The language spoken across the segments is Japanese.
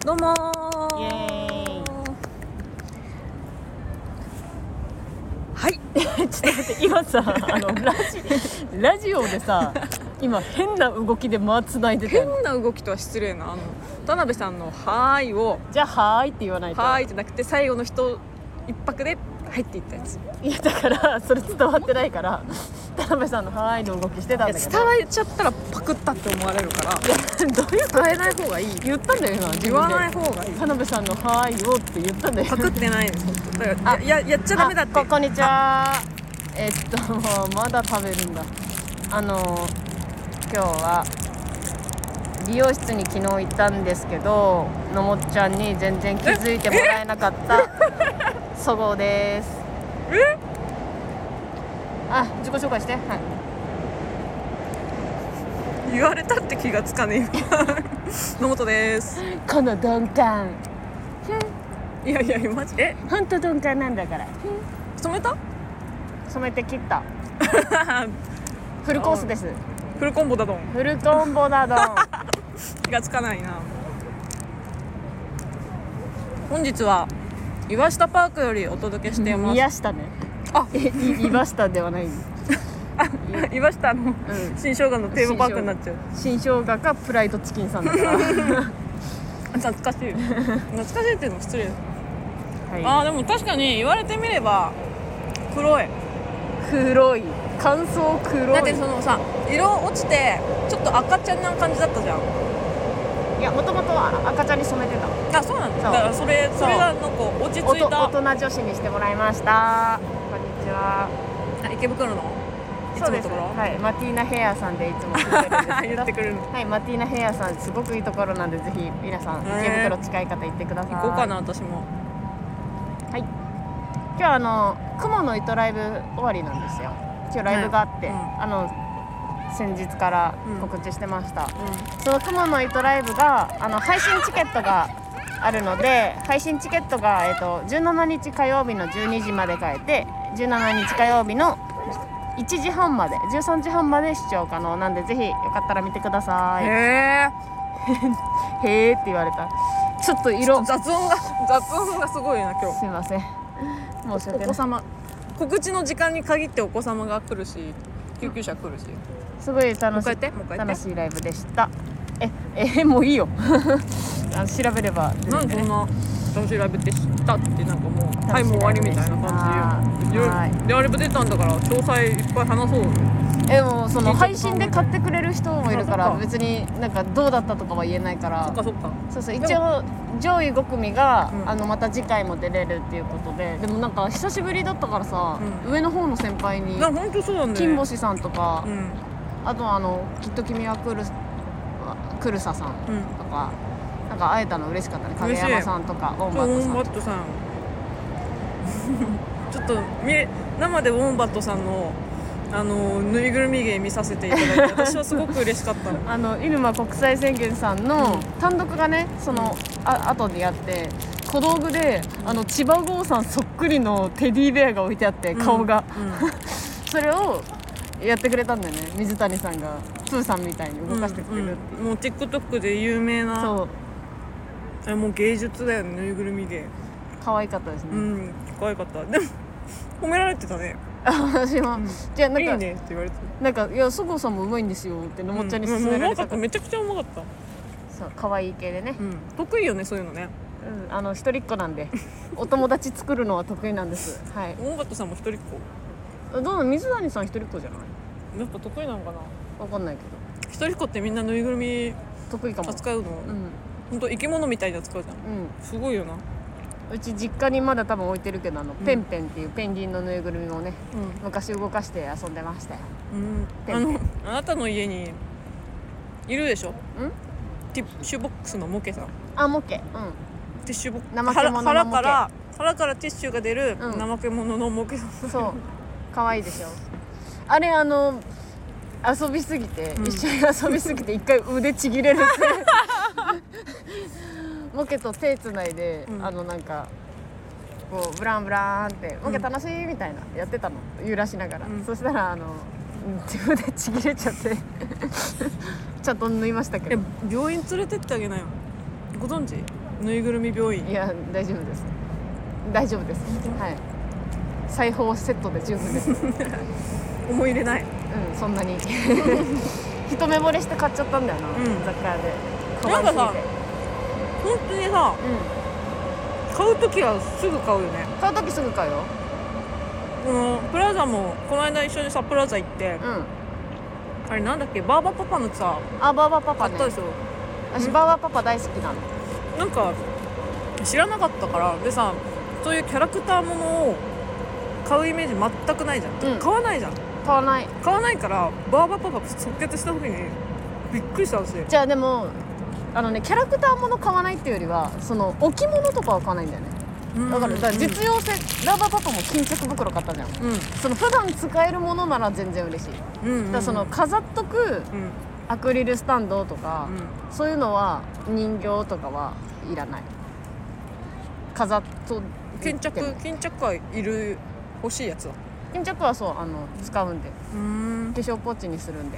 どうもイエーイ。 はいちょっと待って、今さラジオでさ今変な動きで間つないでたよね。 変な動きとは失礼な田辺さんのはーいをじゃあはーいって言わないと。 はーいじゃなくて最後の人一拍で入っていったやつ。 いやだからそれ伝わってないから田辺さんのはーいの動きしてたんだけど、 伝わっちゃったらパクったって思われるからいやどういう伝えない方がいい。 言ったんだよ今。 言わない方がいい。 田辺さんのはーいをって言ったんだよ。 パクってないですだからやっちゃダメだって。 こんにちは。まだ食べるんだ。今日は美容室に昨日行ったんですけど、のもっちゃんに全然気づいてもらえなかったそごうです。自己紹介して。はい、 言われたって気がつかねえよ野本です。 この鈍感、 いやマジほんと鈍感なんだから。 染めた染めて切ったフルコースです。 フルコンボだどん。 フルコンボだどん気がつかないな。本日は岩下パークよりお届けしています。 宮下ね。岩下ではない岩下の新生姜のテーマパークになっちゃう。 新生姜かプライドチキンさんだから懐かしいっていうのも失礼だ、はい、でも確かに言われてみれば黒い乾燥黒い。だってそのさ、色落ちてちょっと赤茶な感じだったじゃん。 いや、もともとは赤茶に染めてた。 そうなんだ。だからそれがなんか落ち着いた大人女子にしてもらいました。こんにちは。 池袋のいつものところ。 はい、マティーナヘアさんでいつも来てるんですけど言ってくれるの。 はい、マティーナヘアさんすごくいいところなんで、ぜひ皆さん池袋近い方行ってください。 行こうかな私も。 はい、今日雲の糸ライブ終わりなんですよ。今日ライブがあって、先日から告知してました、その雲の糸ライブが配信チケットがあるので、配信チケットが、17日火曜日の12時まで買えて、17日火曜日の1時半まで13時半まで視聴可能なんで、ぜひよかったら見てください。 へーって言われた。ちょっと雑音がすごいな今日。 すいません、申し訳ない。 お子様告知の時間に限ってお子様が来るし、救急車来るし、 すごい楽しいライブでした。もういいよ調べれば出てなんでこんな楽しいライブでしたって、なんかもうはいもう終わりみたいな感じで言う。で、ライブ出たんだから詳細いっぱい話そう。 でもその配信で買ってくれる人もいるから、別になんかどうだったとかは言えないから。 そっかそう一応上位5組が、また次回も出れるっていうことで。でもなんか久しぶりだったからさ、上の方の先輩に本当そうだね、 金星さんとか、あときっと君はクルサさんとか、なんか会えたの嬉しかったね。影山さんとかウォンバットさんちょっと生でウォンバットさんのぬいぐるみ芸見させていただいて、私はすごく嬉しかったの入間国際宣言さんの単独がね、その後にやって、小道具で千葉郷さんそっくりのテディベアが置いてあって、顔が、それをやってくれたんだよね。水谷さんがプーさんみたいに動かしてくれるっていう、 もう TikTok で有名な。そうもう芸術だよね、ぬいぐるみ芸。 可愛かったですね。 可愛かった。でも褒められてたね。 私も、じゃあなんかいいねって言われて、 なんかいや、そごうさんもうまいんですよってのもっちゃんに勧められたから。 めちゃくちゃうまかった。 そう、可愛い系でね、 得意よねそういうのね。 一人っ子なんでお友達作るのは得意なんです。はい。 ウォンバットさんも一人っ子。 どうなの、水谷さん一人っ子じゃない？ やっぱ得意なのかな。 わかんないけど。 一人っ子ってみんなぬいぐるみ得意かも。 扱うの。本当生き物みたいに扱うじゃん。すごいよな。 うち実家にまだ多分置いてるけど、ペンペンっていうペンギンのぬいぐるみをね、昔動かして遊んでましたよ。 あなたの家にいるでしょ。ティッシュボックスのモケさん。 モケ。 ティッシュボックス。 怠け者のモケ。 腹からティッシュが出る怠け者のモケさん。 そう。可愛いでしょ。あれ遊びすぎて、一緒に遊びすぎて一回腕ちぎれるってモケと手つないで、なんかこうブランブランってモケ楽しいみたいなやってたの、揺らしながら、そしたら腕ちぎれちゃってちゃんと縫いましたけど。 病院連れてってあげなよ。ご存知？ ぬいぐるみ病院。 いや大丈夫です大丈夫です。はい、裁縫セットで十分です。 思い入れない。 うん、そんなに一目惚れして買っちゃったんだよな、雑貨屋で。 なんかさ、本当にさ、買うときはすぐ買うよね。 買うときすぐ買うよ。 プラザもこの間一緒にさプラザ行って、あれなんだっけ、バーバパパのさ、 バーバパパね。 買ったでしょ。 私バーバパパ大好きなの。 なんか知らなかったからでさ、そういうキャラクターものを買うイメージ全くないじゃん、買わないじゃん。買わないからバーバパパ即決した時にびっくりしたんですよ。 じゃあでもキャラクターもの買わないっていうよりはその置物とかは買わないんだよね。だから実用性、バーバパパも巾着袋買ったじゃん、その普段使えるものなら全然嬉しい、だからその飾っとくアクリルスタンドとか、そういうのは人形とかはいらない。飾っと巾着はいる、欲しいやつは巾着はそう使うんで、化粧ポーチにするんで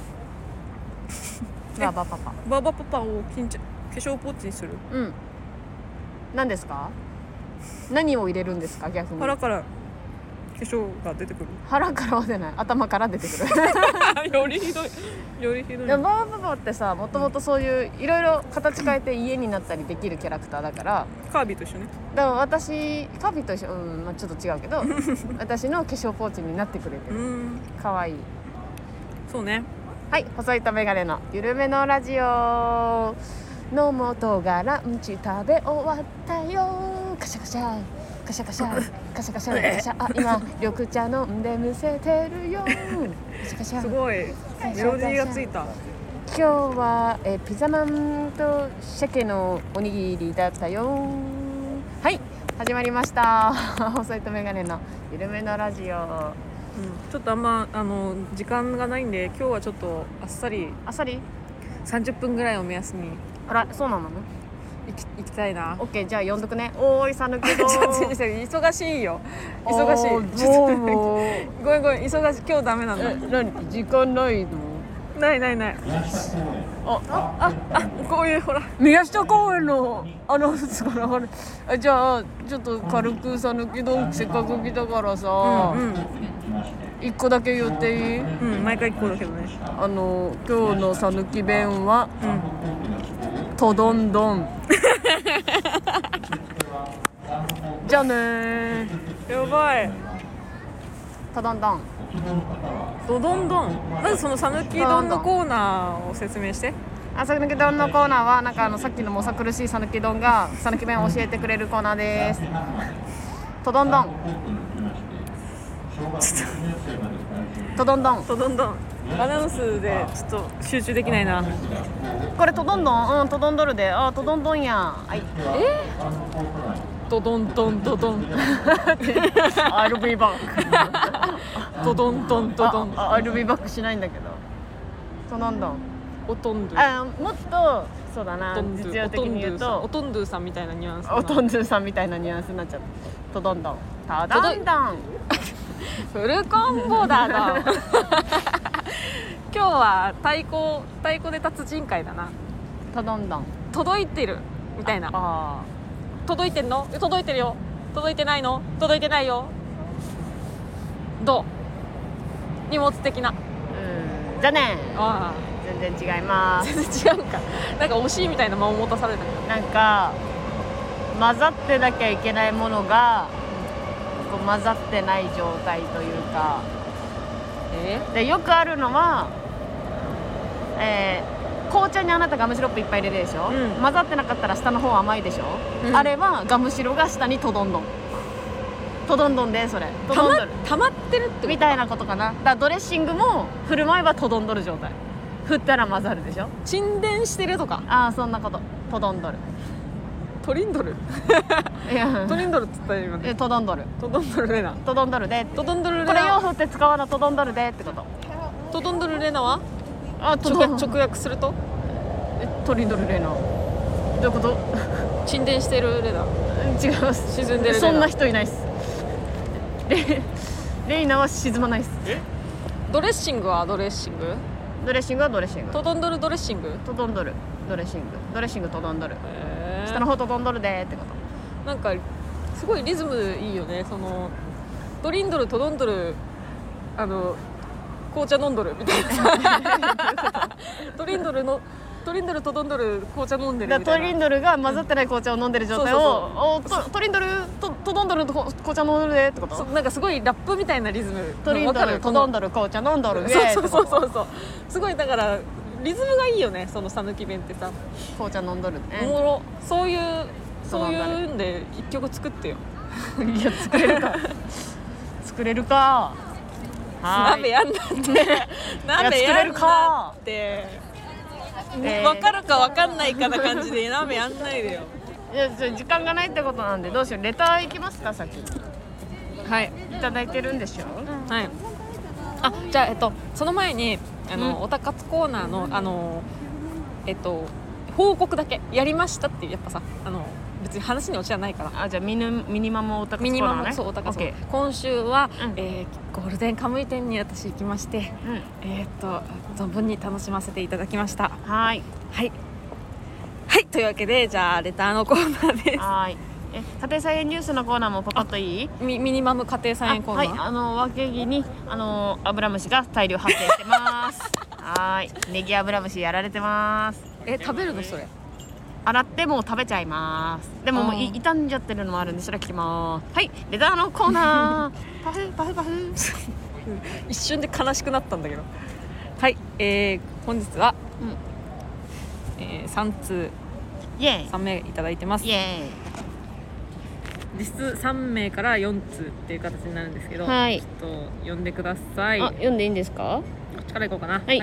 バーバパパを化粧ポーチにする。 何ですか？何を入れるんですか？逆に腹から化粧が出てくる。 腹からは出ない、頭から出てくるよりひどい。 バーバパパってさ、もともとそういういろいろ形変えて家になったりできるキャラクターだから、 カービィと一緒ね。 だから私カービィと一緒、ちょっと違うけど私の化粧ポーチになってくれてる。かわいい。 そうね。 はい、細いとメガネのゆるめのラジオ。野本がランチ食べ終わったよ。カシャカシャカシャカシャカシャカシャカシャ、あ、今緑茶飲んでむせてるよ。カシャカシャ。すごいメロディーがついた。 今日はピザマンと鮭のおにぎりだったよ。はい、始まりました細いとメガネのゆるめのラジオ。 ちょっとあんま時間がないんで今日はちょっとあっさり30分ぐらいを目安に。 あら、そうなの？ 行きたいな。 オッケー、じゃあ呼んどくね。おーい、さぬきど忙しいよ。忙しい。ちょっとごめん忙しい。今日ダメなんだ。 何？時間ないの？ ない。こういうほら宮下公園のアナウンスが流れ。じゃあちょっと軽くさぬき丼せっかく来たからさ、一個だけ言っていい？ 毎回一個だけどね。 今日のさぬき弁は、とどんどんじゃあねー。やばい。 とどんどんどどんどん。まずそのさぬき丼のコーナーを説明して。 さぬき丼のコーナーはなんかさっきのもさ苦しいさぬき丼がさぬき弁を教えてくれるコーナーです。とどんどんとどんどんアナウンスでちょっと集中できないな。 これとどんどんとどんどるで、とどんどんやん。はい。 とどんどん I'll be back とどん I'll be back しないんだけど、とどんどんおとんどもっとそうだな、実用的に言うとおとんどゥさんみたいなニュアンス。 おとんどゥさんみたいなニュアンスになっちゃった。とどんどんフルコンボだな今日は太鼓で達人会だな。 とどんどん届いてるみたいな。届いてんの？届いてるよ。届いてないの？届いてないよ。どう？荷物的な。 じゃね全然違います。 全然違うか。なんか惜しいみたいな間を持たされたけど、 なんか混ざってなきゃいけないものがこう混ざってない状態というか、でよくあるのは、紅茶にあなたガムシロップいっぱい入れるでしょ、混ざってなかったら下の方甘いでしょ、あれはガムシロが下にとどんどんで、それ溜まってるってみたいなことかな。だからドレッシングも振る舞えばとどんどる状態、振ったら混ざるでしょ。 沈殿してるとか。 そんなこと。とどんどるトリンドルいやトリンドルっつったら今ね。 とどんどるレナ。 とどんどるで。 とどんどるレナ。 これ用振って使わなとどんどるでってこと。 とどんどるレナは直訳するとトリンドルレナ。どういうこと？ 沈殿してるレナ。 違います。 沈んでるレナ。 そんな人いないっす。レイナは沈まないっす。 ドレッシングはドレッシング。 ドレッシングはドレッシング。 とどんどるドレッシング。 とどんどるドレッシング。ドレッシングとどんどる。知っ下の方とどんどるでってこと。 なんかすごいリズムいいよね。そのトリンドルとどんどる紅茶飲んどるみたいなトリンドルとどんどる紅茶飲んでるみたいな。 トリンドルが混ざってない紅茶を飲んでる状態をトリンドルとどんどる紅茶飲んでるでってこと。 なんかすごいラップみたいなリズム。 トリンドルとどんどる紅茶飲んどる。 そうすごいだからリズムがいいよね、その讃岐弁ってさ。 紅茶飲んどるね。 おもろ。そういうんで一曲作ってよ。 いや作れるか作れるか。 鍋やんなって鍋やんなって、分かるか分かんないかな感じで鍋やんないでよ。 いや時間がないってことなんで、どうしよう。レター行きますか先。 はい、 いただいてるんでしょ。 はい。あ、じゃあその前におたかつコーナーの報告だけやりましたっていう、やっぱさ別に話に落ちはないから。 じゃあミニマムおたかつコーナーね。 そうおたかつ。今週は、ゴールデンカムイ店に私行きまして、存分に楽しませていただきました。 はいというわけで、じゃあレターのコーナーです。 はい。家庭菜園ニュースのコーナーもパパッといい？ ミニマム家庭菜園コーナー。 はい、分け木にアブラムシが大量発生してますはい、ネギアブラムシやられてます。 食べるのそれ？ 洗ってもう食べちゃいます。でももう傷んじゃってるのもあるんで、それ聞きます。はい、レターのコーナーパフパフパフ一瞬で悲しくなったんだけど。はい、本日は、3通3名いただいてます。 イエーイ。 実質3名から4通っていう形になるんですけど、 はい、 ちょっと読んでください。 読んでいいんですか？ こっちからいこうかな。 はい、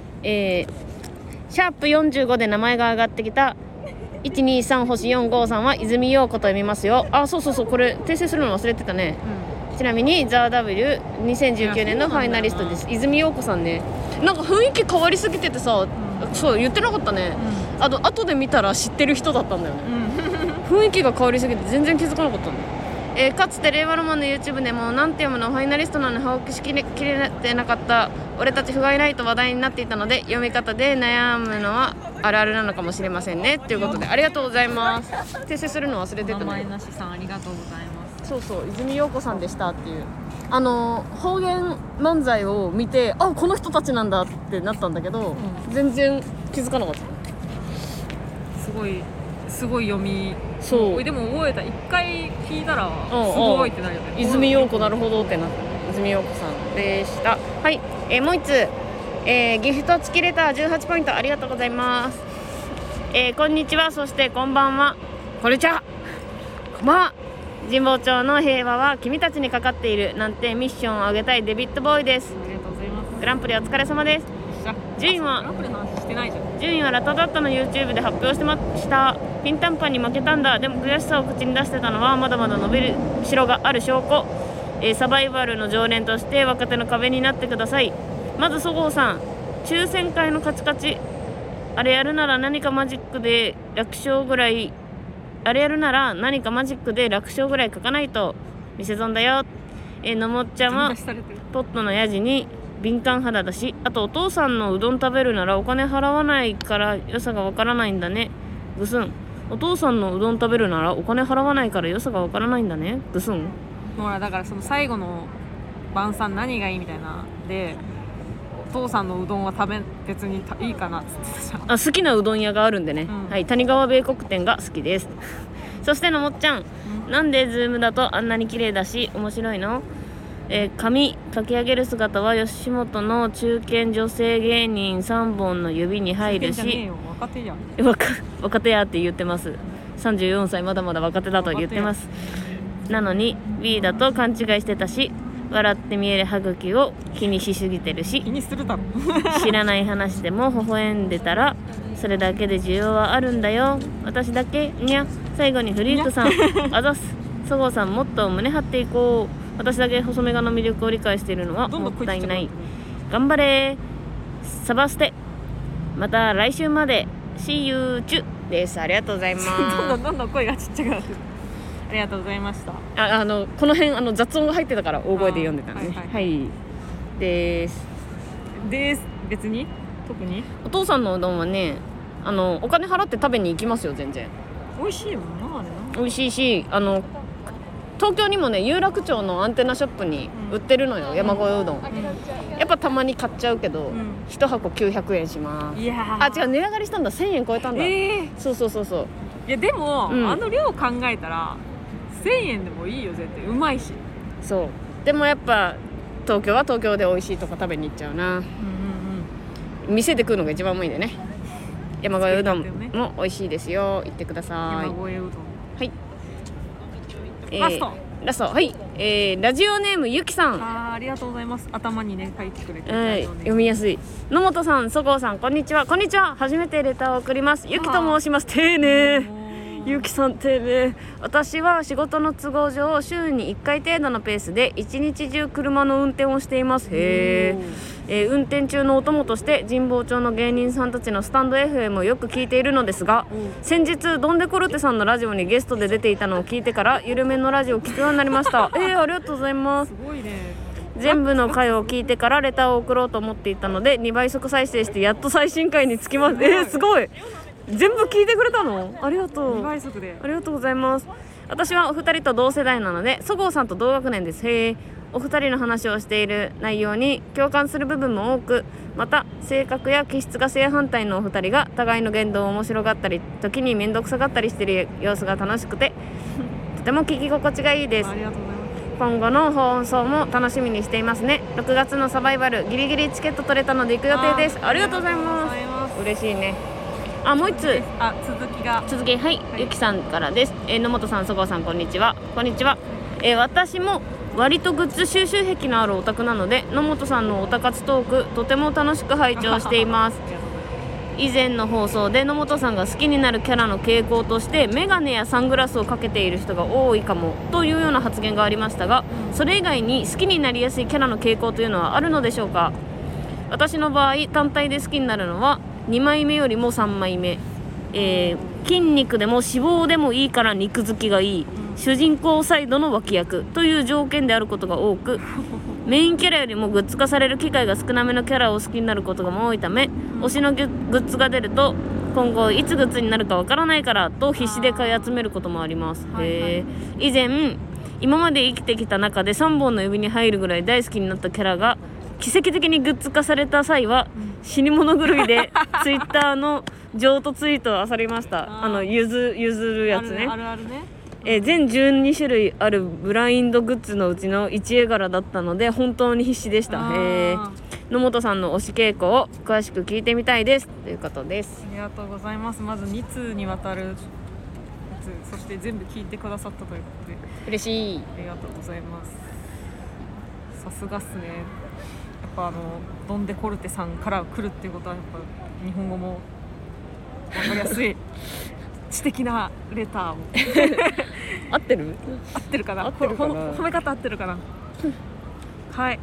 シャープ45で名前が上がってきた123星45さんは泉陽子と読みますよ。そうこれ訂正するの忘れてたね。ちなみにザ・ W2019 年のファイナリストです。泉陽子さんね。なんか雰囲気変わりすぎててさ、そう言ってなかったね。後で見たら知ってる人だったんだよね。雰囲気が変わりすぎて全然気づかなかったの。かつて令和ロマンの YouTube でもなんて読むのファイナリストなのに把握しきれてなかった俺たち不甲斐ないと話題になっていたので、読み方で悩むのはあるあるなのかもしれませんねということで、ありがとうございます。訂正するの忘れてたね。 名前なしさんありがとうございます。 そう泉陽子さんでしたっていう、方言漫才を見て、この人たちなんだってなったんだけど、全然気づかなかった。 すごい読み。 そうでも覚えた。一回聞いたらすごいってなるよね。 泉陽子なるほどってなった。泉陽子さんでした。はい、もう一つ、ギフト付きレター18ポイントありがとうございます。こんにちは、そしてこんばんは。こんにちは。こんばんは。神保町の平和は君たちにかかっているなんてミッションをあげたいデビッドボーイです。 ありがとうございます。 グランプリお疲れ様です。順位はラタダッタの YouTube で発表してました。ピンタンパンに負けたんだ。でも悔しさを口に出してたのはまだまだ伸びる代がある証拠。サバイバルの常連として若手の壁になってください。まずそごうさん、抽選会のカチカチあれやるなら何かマジックで楽勝ぐらい書かないと店損だよ。のもっちゃんはポットのヤジに敏感肌だし、あとお父さんのうどん食べるならお金払わないから良さがわからないんだね。ぐすん。お父さんのうどん食べるならお金払わないから良さがわからないんだね。ぐすん。 ほらだからその最後の晩餐何がいいみたいなで、お父さんのうどんは別にいいかなっつってた。 好きなうどん屋があるんでね、はい、谷川米国店が好きです。そしてのもっちゃん、なんでズームだとあんなに綺麗だし面白いの？髪かき上げる姿は吉本の中堅女性芸人3本の指に入るし、若手やって言ってます。34歳まだまだ若手だと言ってます。なのに B だと勘違いしてたし、笑って見える歯茎を気にしすぎてるし、 気にするだろ知らない話でも微笑んでたらそれだけで需要はあるんだよ。私だけにゃ。最後にフリークさんあざす。そごうさん、もっと胸張っていこう。私だけ細めがの魅力を理解しているのはもったいない。頑張れサバステ。また来週まで See you チュです。ありがとうございます。 どんどん声がちっちゃくなってる。ありがとうございました。 この辺雑音が入ってたから大声で読んでたんですね。はいです別に特にお父さんのうどんはね、お金払って食べに行きますよ全然。 美味しいもんなあれな。 美味しいし、東京にもね有楽町のアンテナショップに売ってるのよ、山越えうどん、やっぱたまに買っちゃうけど、1箱900円します。 いや違う、値上がりしたんだ、1000円超えたんだ。そう。 いやでも、あの量考えたら1000円でもいいよ絶対。うまいし。 そうでもやっぱ東京は東京で美味しいとか食べに行っちゃうな。店で食うのが一番うまいんでね。山越えうどんも美味しいですよ、行ってください。 山越えうどん、 はい、ラスト、はい、ラジオネームゆきさん。 ありがとうございます。頭にね書いてくれて、 読みやすい。野本さん、そごうさん、こんにちは。こんにちは。初めてレターを送ります。ゆきと申します。丁寧。ゆきさん丁寧。私は仕事の都合上週に1回程度のペースで一日中車の運転をしています。運転中のお供として神保町の芸人さんたちのスタンド FM をよく聞いているのですが、先日ドンデコルテさんのラジオにゲストで出ていたのを聞いてから緩めのラジオを聞くようになりました。ありがとうございます。 すごいね。 全部の回を聞いてからレターを送ろうと思っていたので2倍速再生してやっと最新回につきます。すごい、全部聞いてくれたの？ありがとう。 2倍速でありがとうございます。私はお二人と同世代なので、そごうさんと同学年です。お二人の話をしている内容に共感する部分も多く、また性格や気質が正反対のお二人が互いの言動を面白がったり、時に面倒くさがったりしている様子が楽しくてとても聞き心地がいいです。 ありがとうございます。 今後の放送も楽しみにしていますね。6月のサバイバルギリギリチケット取れたので行く予定です。ありがとうございます。嬉しいね。もう一つ続き、はい、ゆきさんからです。野本さん、そごうさん、こんにちは。こんにちは。私も割とグッズ収集癖のあるオタクなので、野本さんのオタ活トークとても楽しく拝聴しています以前の放送で野本さんが好きになるキャラの傾向としてメガネやサングラスをかけている人が多いかもというような発言がありましたが、それ以外に好きになりやすいキャラの傾向というのはあるのでしょうか？私の場合、単体で好きになるのは2枚目よりも3枚目、筋肉でも脂肪でもいいから肉付きがいい、主人公サイドの脇役という条件であることが多く、メインキャラよりもグッズ化される機会が少なめのキャラを好きになることが多いため、推しのグッズが出ると今後いつグッズになるかわからないからと必死で買い集めることもあります。以前今まで生きてきた中で3本の指に入るぐらい大好きになったキャラが奇跡的にグッズ化された際は、死に物狂いでツイッターの譲渡ツイートを漁りました。譲るやつね。 あるね。 全12種類あるブラインドグッズのうちの1絵柄だったので本当に必死でした。野本さんの推し傾向を詳しく聞いてみたいですということです。 ありがとうございます。まず2通にわたるやつ、そして全部聞いてくださったということで嬉しい。 ありがとうございます。さすがっすね。やっぱドンデコルテさんから来るっていうことはやっぱ日本語も分かりやすい知的なレターを合ってるかな。 褒め方合ってるかなはい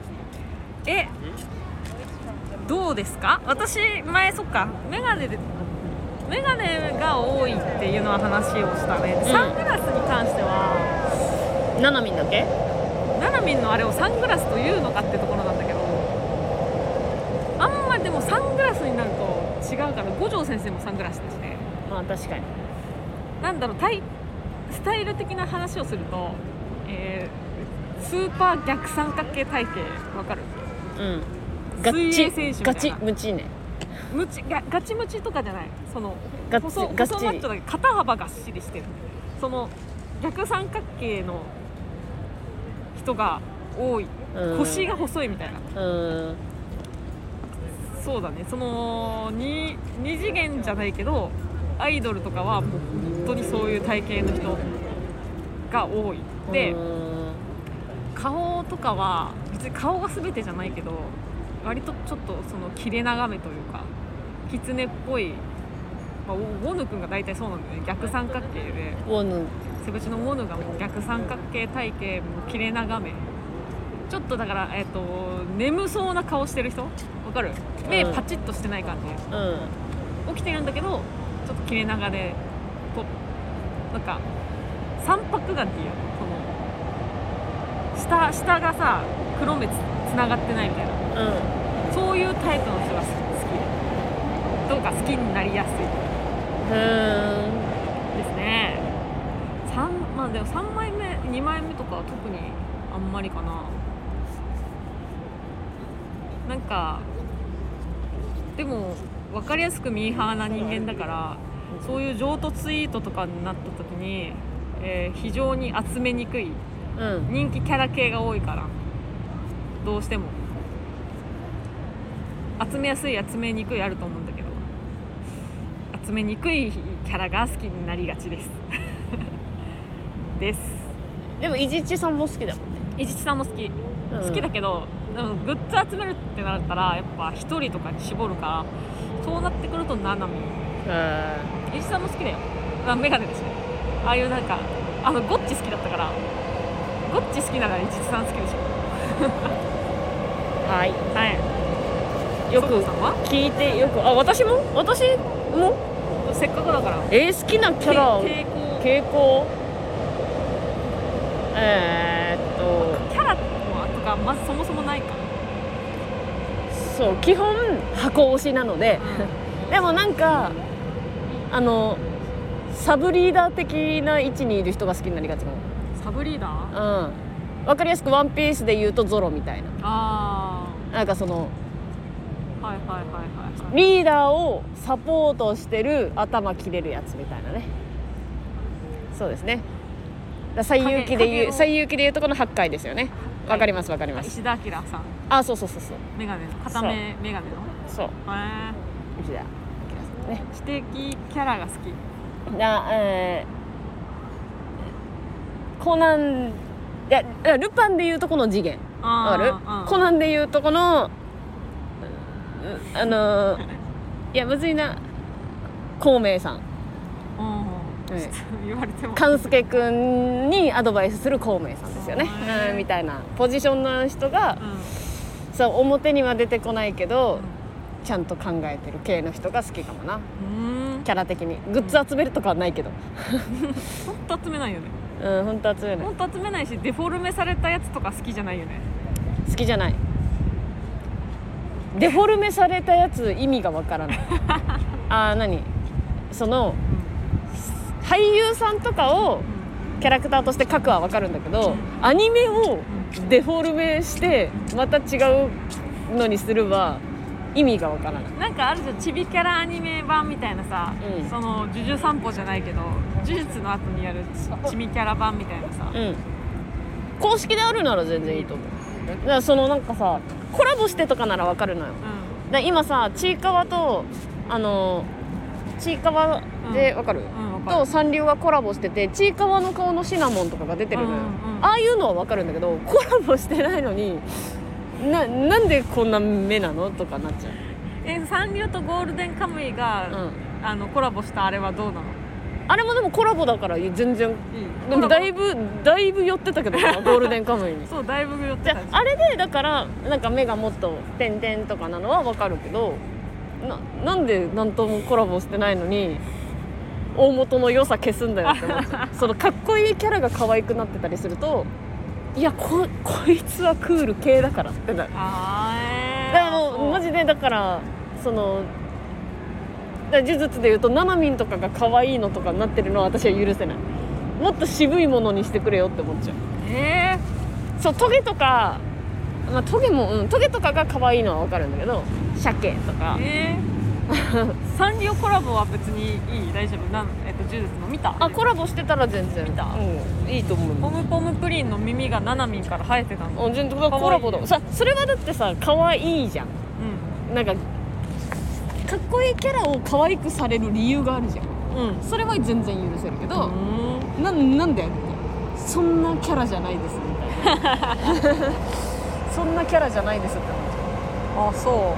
どうですか？私前そっかメガネが多いっていうのは話をしたね。サングラスに関してはナナミンだけ？ ナナミンのあれをサングラスというのかってところなんだけど、あんまりでもサングラスになると違うから。五条先生もサングラスだしね。 まあ確かに。 なんだろう、スタイル的な話をすると、スーパー逆三角形体型わかる？水泳選手みたいな。 ガチムチね。 ガチムチとかじゃない。その細マガチッチョだけど肩幅がっしりしてる。その逆三角形の人が多い。腰が細いみたいな。そうだね。その二次元じゃないけどアイドルとかはもう本当にそういう体型の人が多い。で、顔とかは別に顔が全てじゃないけど割とちょっとその切れ長めというか狐っぽい、ウォヌ君が大体そうなんだよね。逆三角形でセブチのウォヌがもう逆三角形体型も切れ長め、ちょっとだから、眠そうな顔してる人わかる？目パチッとしてない感じ、起きてるんだけどちょっと切れ長でなんか三白眼っていうこの下がさ黒目つながってないみたいな、そういうタイプの人が好き。どうか好きになりやすいですでも3枚目2枚目とかは特にあんまりかな。なんかでも分かりやすくミーハーな人間だから、そういう譲渡ツイートとかになった時に、非常に集めにくい、人気キャラ系が多いから、どうしても集めやすい集めにくいあると思うんだけど、集めにくいキャラが好きになりがちですです。 でもいじちさんも好きだもんね。 いじちさんも好き、好きだけど、でもグッズ集めるってなったらやっぱ1人とかに絞るから、そうなってくるとナナミ。いじちさんも好きだよ。メガネだしね。ああいうなんかゴッチ好きだったから、ゴッチ好きならいじちさん好きでしょはいはい。 よく聞いて、よく私もせっかくだから。 好きなキャラ傾向キャラとかまずそもそもないから。 そう、基本箱推しなので、でもなんかサブリーダー的な位置にいる人が好きになりがちなの。 サブリーダー？ 分かりやすくワンピースで言うとゾロみたいな。なんかそのリーダーをサポートしてる頭切れるやつみたいなね。そうですね。最有機で言うとこの8回ですよね。わかります。 石田明さん。 そうメガネの片目メガネの。そう。 石田明さんね。 知的キャラが好き。 コナン、いやルパンで言うとこの次元。わかる？コナンで言うとこのいやむずいな、孔明さん。言われても勘介くんにアドバイスする孔明さんですよね、みたいなポジションの人が、そう表には出てこないけど、ちゃんと考えてる系の人が好きかもな。キャラ的にグッズ集めるとかはないけどほんと集めないよね。 ほんと集めないし、デフォルメされたやつとか好きじゃないよね。 好きじゃない。デフォルメされたやつ意味がわからない何その俳優さんとかをキャラクターとして描くは分かるんだけど、アニメをデフォルメしてまた違うのにするは意味が分からない。 なんかあるじゃん、チビキャラアニメ版みたいなさ、その呪術散歩じゃないけど呪術の後にやるチビキャラ版みたいなさ、 公式であるなら全然いいと思う。だからそのなんかさ、コラボしてとかなら分かるのよ。だ今さちいかわとちいかわで分かる？とサンリオがコラボしてて、ちいかわの顔のシナモンとかが出てるのよ、ああいうのは分かるんだけど、コラボしてないのになんでこんな目なのとかなっちゃう。 サンリオとゴールデンカムイが、コラボしたあれはどうなの？ あれもでもコラボだから全然いい。でもだいぶ寄ってたけどゴールデンカムイにそう、だいぶ寄ってた。 あれでだからなんか目がもっと点々とかなのは分かるけど、なんで何ともコラボしてないのに大元の良さ消すんだよって思っちゃうそのかっこいいキャラが可愛くなってたりすると、いや こいつはクール系だからってなる。だからもうマジで、だからその呪術でいうとナナミンとかが可愛いのとかになってるのは私は許せない。もっと渋いものにしてくれよって思っちゃう。そう、トゲとか、トゲとかが可愛いのは分かるんだけど、鮭とか、 サンリオコラボは別にいい？大丈夫？呪術の見た？ コラボしてたら全然見た？ いいと思う。 ポムポムプリンの耳がナナミンから生えてたの。 全然コラボだ。それはだってさ、可愛いじゃん。なんかかっこいいキャラを可愛くされる理由があるじゃん。それは全然許せるけど、なんでそんなキャラじゃないですみたいなそんなキャラじゃないですって思っちゃう。 そう、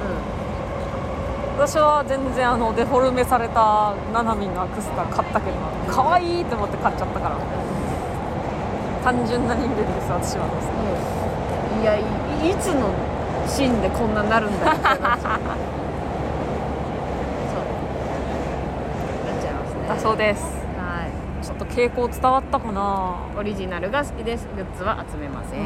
私は全然デフォルメされたナナミンのアクスタ買ったけど、可愛いって思って買っちゃったから。単純な人間です私は。 いや、いつのシーンでこんななるんだよってなっちゃうそうです。ちょっと傾向伝わったかな。 オリジナルが好きです。グッズは集めません。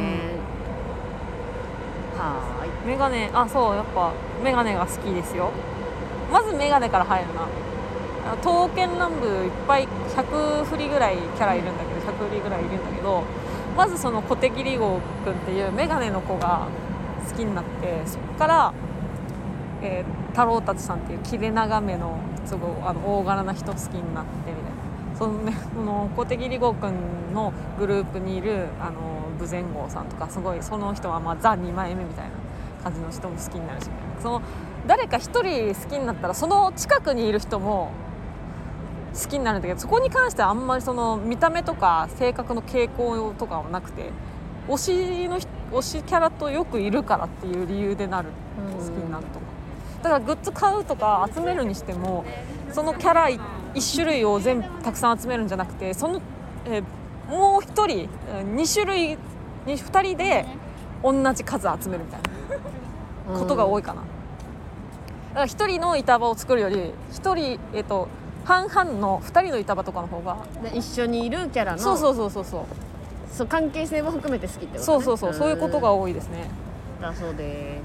メガネ、そう、やっぱメガネが好きですよ。まずメガネから入るな。 刀剣乱舞いっぱい100振りぐらいキャラいるんだけど、100振りぐらいいるんだけど、まずその小手切り号くんっていうメガネの子が好きになって、そこから、太郎たちさんっていう切れ長めのすごい大柄な人好きになってみたいな、そのね、この小手切り号くんのグループにいる武前号さんとか、すごいその人はザ2枚目みたいな感じの人も好きになるし、その誰か一人好きになったらその近くにいる人も好きになるんだけど、そこに関してはあんまりその見た目とか性格の傾向とかはなくて、推しキャラとよくいるからっていう理由でなる、好きになるとか。だからグッズ買うとか集めるにしても、そのキャラ1種類をたくさん集めるんじゃなくて、その、もう1人2種類2人で同じ数集めるみたいなことが多いかな。だから1人の板場を作るより1人、半々の2人の板場とかの方が、 一緒にいるキャラのそう関係性も含めて好きってことね。 そういうことが多いですね。 だそうです。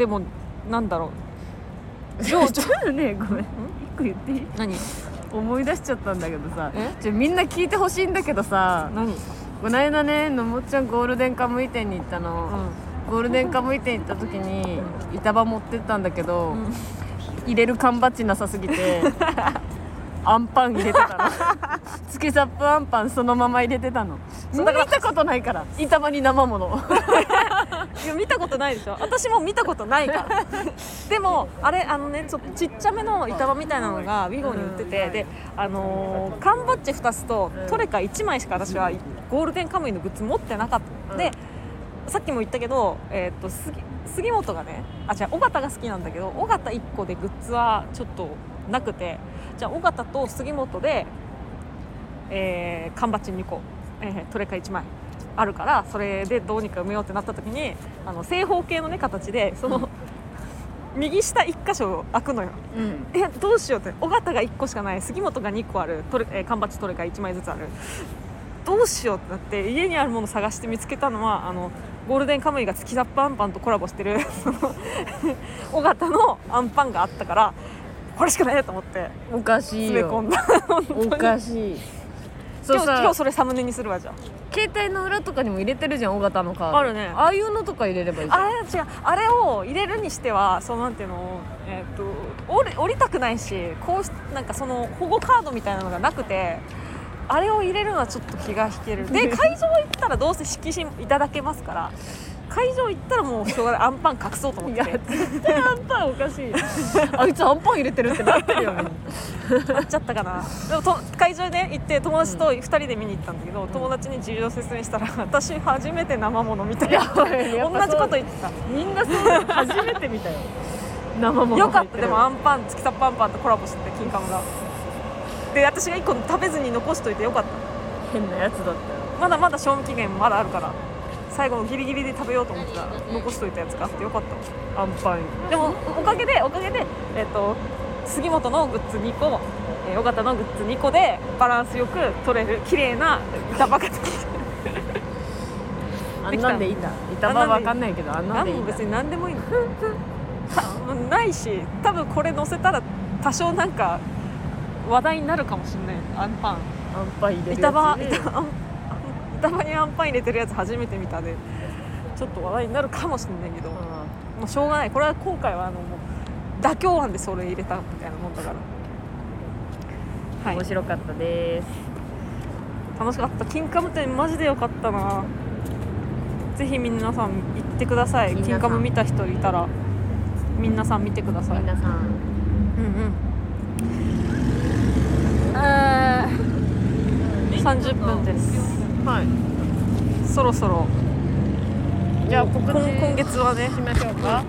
でもなんだろう、 ちょっとね、ごめん、一個言っていい？ 何？ 思い出しちゃったんだけどさ、みんな聞いてほしいんだけどさ、 何？ この間ね、のもっちゃんゴールデンカムイ店に行ったの、ゴールデンカムイ店行った時に板場持ってったんだけど、入れる缶バッジなさすぎてアンパン入れてたのつけサップアンパンそのまま入れてたの。見たことないから、板場に生ものいや見たことないでしょ。私も見たことないからでもあれちっちゃめの板場みたいなのがウィゴに売ってて、で缶バッジ2つとトレカ1枚しか私はゴールデンカムイのグッズ持ってなかった、でさっきも言ったけど、杉本がね、尾形が好きなんだけど、尾形1個でグッズはちょっとなくて、じゃあ尾形と杉本で、缶バッジ2個、トレカ1枚あるから、それでどうにか埋めようってなった時に、正方形のね形でその、右下1箇所開くのよ、どうしようって、尾形が1個しかない、杉本が2個ある、缶バッジトレカ1枚ずつある、どうしようってなって、家にあるもの探して見つけたのはゴールデンカムイが月ザップアンパンとコラボしてる尾形のアンパンがあったから、これしかないと思っておかしいよ、 詰め込んだおかしい。 今日それサムネにするわ。じゃあ携帯の裏とかにも入れてるじゃん、尾形のカード。 あるね。 ああいうのとか入れればいいじゃん。 違う、あれを入れるにしては、そうなんていうの、降りたくないし、なんかその保護カードみたいなのがなくて、あれを入れるのはちょっと気が引ける。で会場行ったらどうせ色紙いただけますから、会場行ったらもうしょうがない、アンパン隠そうと思って。いや絶対アンパンおかしいあいつアンパン入れてるってなってるよねなっちゃったかな。でも会場で行って友達と2人で見に行ったんだけど、友達に事情説明したら、私初めて生ものみたいな同じこと言ってた。 みんなそうだよ、初めて見たよ生もの。 よかった。でもアンパン、月サップアンパンとコラボしてて、金カムがで、私が1個食べずに残しといてよかった。 変なやつだったよ。 まだまだ賞味期限まだあるから、最後のギリギリで食べようと思ってたら残しといたやつがあってよかった。 アンパンでもおかげで、杉本のグッズ2個、尾形のグッズ2個でバランスよく取れる綺麗な板場ができるあんなんでいいんだ。板場わかんないけど、あんなんでいいんだ。 別に何でもいいのないし、多分これ載せたら多少なんか話題になるかもしれない。アンパン入れるやつ、 板場にアンパン入れてるやつ初めて見たで、ちょっと話題になるかもしれないけど、もうしょうがない。これは今回はもう妥協案でそれ入れたみたいなもんだから、 面白かったです。 楽しかった。金カム店マジでよかったな。ぜひ皆さん行ってください。金カム見た人いたら皆さん見てください。 皆さん 30分です。 はい。 そろそろじゃあ今月はねしましょうか。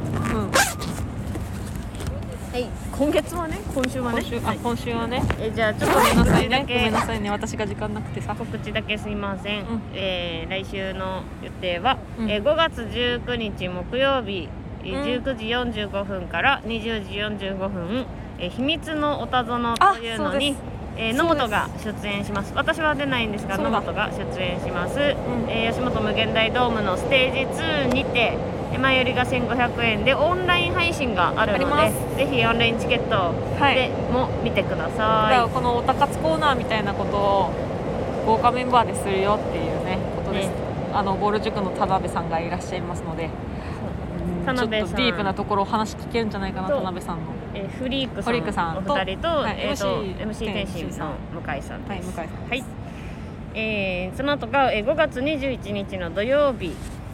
はい。今週はね。 今週はね。 じゃあちょっとごめんなさいね。私が時間なくてさ。 告知だけすいません。来週の予定は、5月19日木曜日、19時45分から20時45分、秘密のおたぞのというのに野本が出演します。私は出ないんですが、野本が出演します。吉本無限大ドームのステージ2にて、 前よりが1500円でオンライン配信があるので、ぜひオンラインチケットでも見てください。 だからこのおたかつコーナーみたいなことを豪華メンバーでするよっていうねことです、ボール塾の田辺さんがいらっしゃいますので、ちょっとディープなところを話聞けるんじゃないかな、田辺さんの。 フリークさんお二人と、MC 天心さん、向井さんです。 向井さんです。 その後が5月21日の土曜日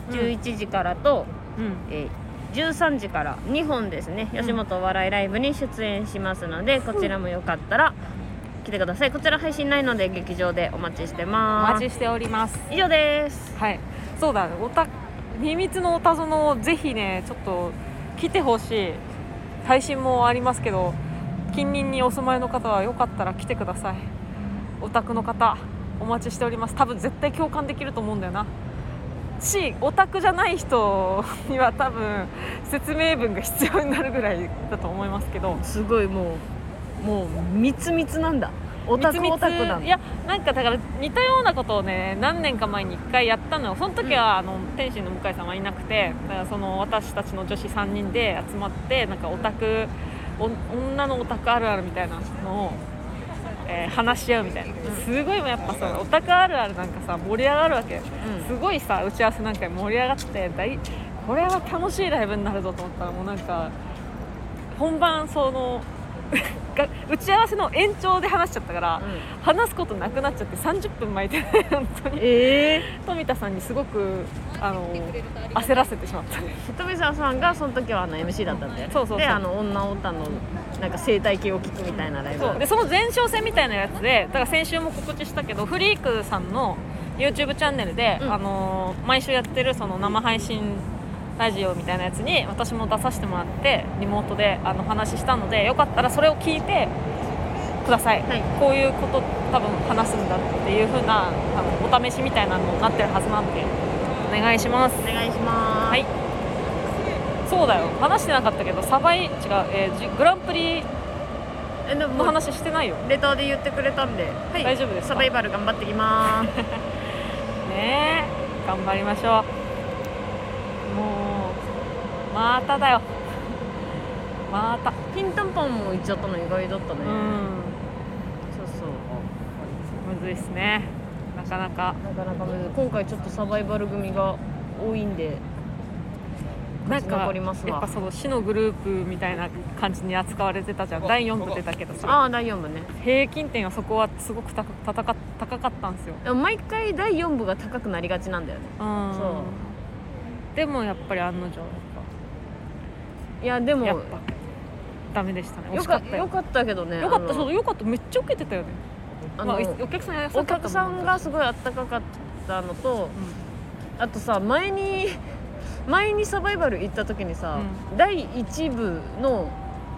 11時からと、13時から2本ですね、吉本お笑いライブに出演しますので、こちらもよかったら来てください。こちら配信ないので劇場でお待ちしてます。 お待ちしております。 以上です。 はい、そうだ、秘密のおたぞのぜひねちょっと来てほしい。配信もありますけど、近隣にお住まいの方はよかったら来てください。オタクの方お待ちしております。多分絶対共感できると思うんだよなし、オタクじゃない人には多分説明文が必要になるぐらいだと思いますけど、 すごいもう密なんだ。オタクなんだ。 いや、なんかだから似たようなことをね何年か前に1回やったのよ。その時は、天心の向井さんはいなくて、だからその私たちの女子3人で集まってなんか女のオタクあるあるみたいなのを、話し合うみたいな、すごいやっぱさオタクあるあるなんかさ盛り上がるわけ、すごいさ打ち合わせなんか盛り上がってこれは楽しいライブになるぞと思ったら、もうなんか本番その打ち合わせの延長で話しちゃったから、話すことなくなっちゃって30分巻いてね本当に、富田さんにすごく焦らせてしまった富田さんがその時はMC だったんで、 そうで女オタのなんか生態系を聞くみたいなライブ、 そうでその前哨戦みたいなやつで、だから先週も告知したけどフリークさんの YouTube チャンネルで、毎週やってるその生配信ラジオみたいなやつに私も出させてもらってリモートで話したので、よかったらそれを聞いてください、こういうこと多分話すんだっていう風なお試しみたいなのになってるはずなんでお願いします。 お願いします。 はい、そうだよ、話してなかったけどグランプリの話してないよ。 レターで言ってくれたんで、 大丈夫ですか。 サバイバル頑張ってきますねえ、頑張りましょう。もうまただよ、またピンタンパンも行っちゃったの意外だったね。そうむずいっすね、なかなかむずい。今回ちょっとサバイバル組が多いんでなんか残りますわ。 やっぱその死のグループみたいな感じに扱われてたじゃん。第4部出たけどさ、 第4部ね、 平均点はそこはすごく高かったんですよ。 でも毎回第4部が高くなりがちなんだよね。そうでもやっぱり案の定いやでもやっぱダメでしたね。 よかったけどね。 よかった、めっちゃ受けてたよね。お客さん優しかった。 お客さんがすごいあったかかったのと、あとさ前にサバイバル行った時にさ、第1部の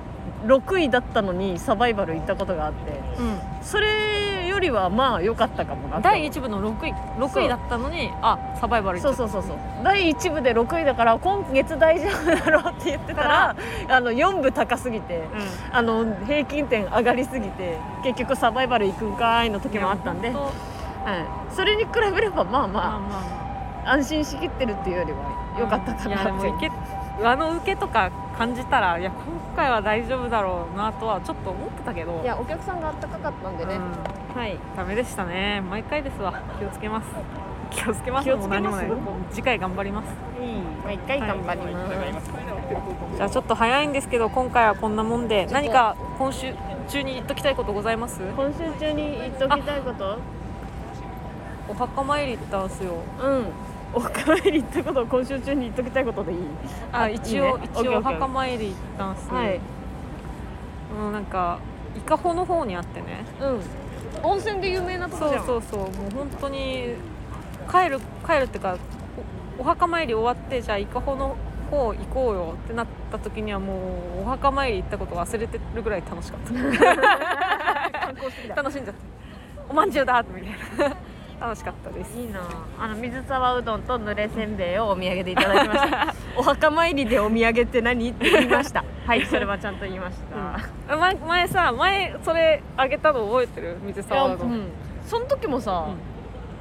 6位だったのにサバイバル行ったことがあって、それよりはまあ良かったかもな。 第1部の6位だったのにサバイバル行った。 そう第1部で6位だから今月大丈夫だろうって言ってたら4部高すぎて、平均点上がりすぎて結局サバイバル行くんかいの時もあったんで、それに比べればまあ安心しきってるっていうよりは良かったかなって。 受けとか感じたら今回は大丈夫だろうなとはちょっと思ってたけど、 いやお客さんがあったかかったんでね、 ダメでしたね。毎回ですわ。気をつけますもう何もない。次回頑張ります。 毎回頑張ります、 じゃあちょっと早いんですけど今回はこんなもんで、何か今週中に言っときたいことございます？ 今週中に言っときたいこと？ お墓参り行ったんすよ。 お墓参り行ったことを今週中に言っときたいことでいい？ 一応お墓参り行ったんすよ。なんか伊香保の方にあってね、 温泉で有名なとこじゃん。 そうもう本当に帰るってかお墓参り終わってじゃあ伊香保の方行こうよってなった時にはもうお墓参り行ったこと忘れてるぐらい楽しかった観光してきた。楽しんじゃった。おまんじゅうだみたいな楽しかったです。 いいな。水沢うどんと濡れせんべいをお土産でいただきましたお墓参りでお土産って何って言いましたそれはちゃんと言いました、 前それあげたの覚えてる？水沢うどん、 その時もさ、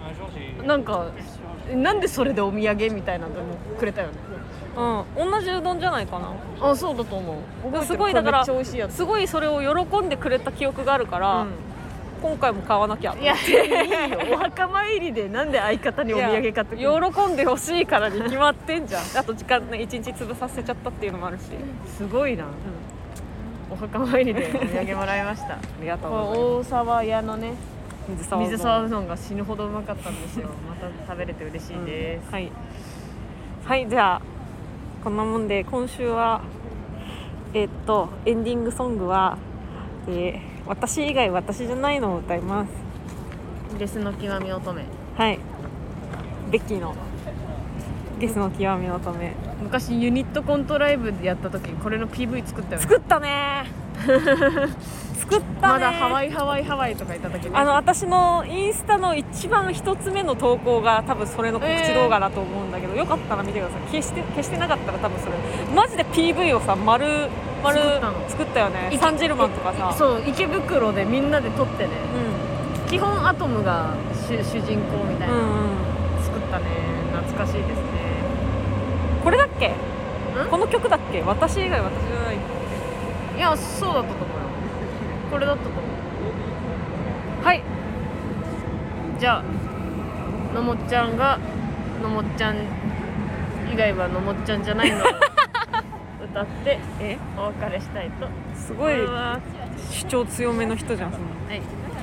なんかなんでそれでお土産みたいなのもくれたよね。 同じうどんじゃないかな。 あ、そうだと思う。 すごいだからめっちゃ美味しいやつ。 すごいそれを喜んでくれた記憶があるから、今回も買わなきゃ。 いやいいよ、お墓参りでなんで相方にお土産買ってくるの。 喜んでほしいからに決まってんじゃん。あと時間ね、1日潰させちゃったっていうのもあるし。 すごいな、お墓参りでお土産もらいました。 ありがとうございます。 大沢屋のね水沢うどんが死ぬほどうまかったんですよ。また食べれて嬉しいです、 はいはい。じゃあこんなもんで今週はエンディングソングは、私以外私じゃないのを歌います。 ゲスの極み乙女。 はい、ベッキーのゲスの極み乙女。 昔ユニットコントライブでやった時にこれの PV 作ったよね。 作ったね作ったね。 まだハワイとか言った時に私のインスタの一番一つ目の投稿が多分それの告知動画だと思うんだけど、よかったら見てください。消してなかったら多分それマジで PV をさ丸作ったよね。サンジェルマンとかさ、 そう池袋でみんなで撮ってね、基本アトムが主人公みたいな、作ったね。懐かしいですね。 これだっけ？この曲だっけ？私以外私じゃない。 いや、そうだったと思うよ。これだったと思う。 はい。 じゃあのもっちゃんがのもっちゃん以外はのもっちゃんじゃないのを歌ってお別れしたいと。 すごい主張強めの人じゃん。はい。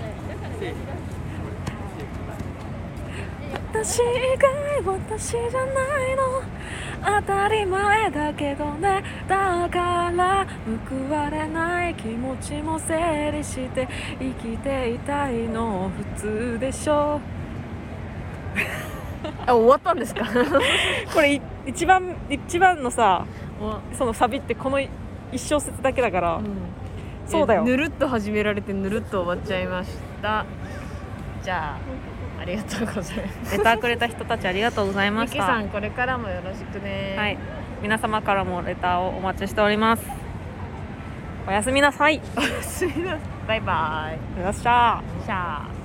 私以外私じゃないの当たり前だけどね。だから報われない気持ちも整理して生きていたいの普通でしょあ、終わったんですかこれ一番のさ、そのサビってこの一小節だけだから、そうだよ。 ぬるっと始められてぬるっと終わっちゃいました。じゃあありがとうございます。 レターくれた人たちありがとうございました。 ミキさんこれからもよろしくね。 はい、皆様からもレターをお待ちしております。おやすみなさい。 おやすみなさい。バイバイ。 よっしゃー。 シャー。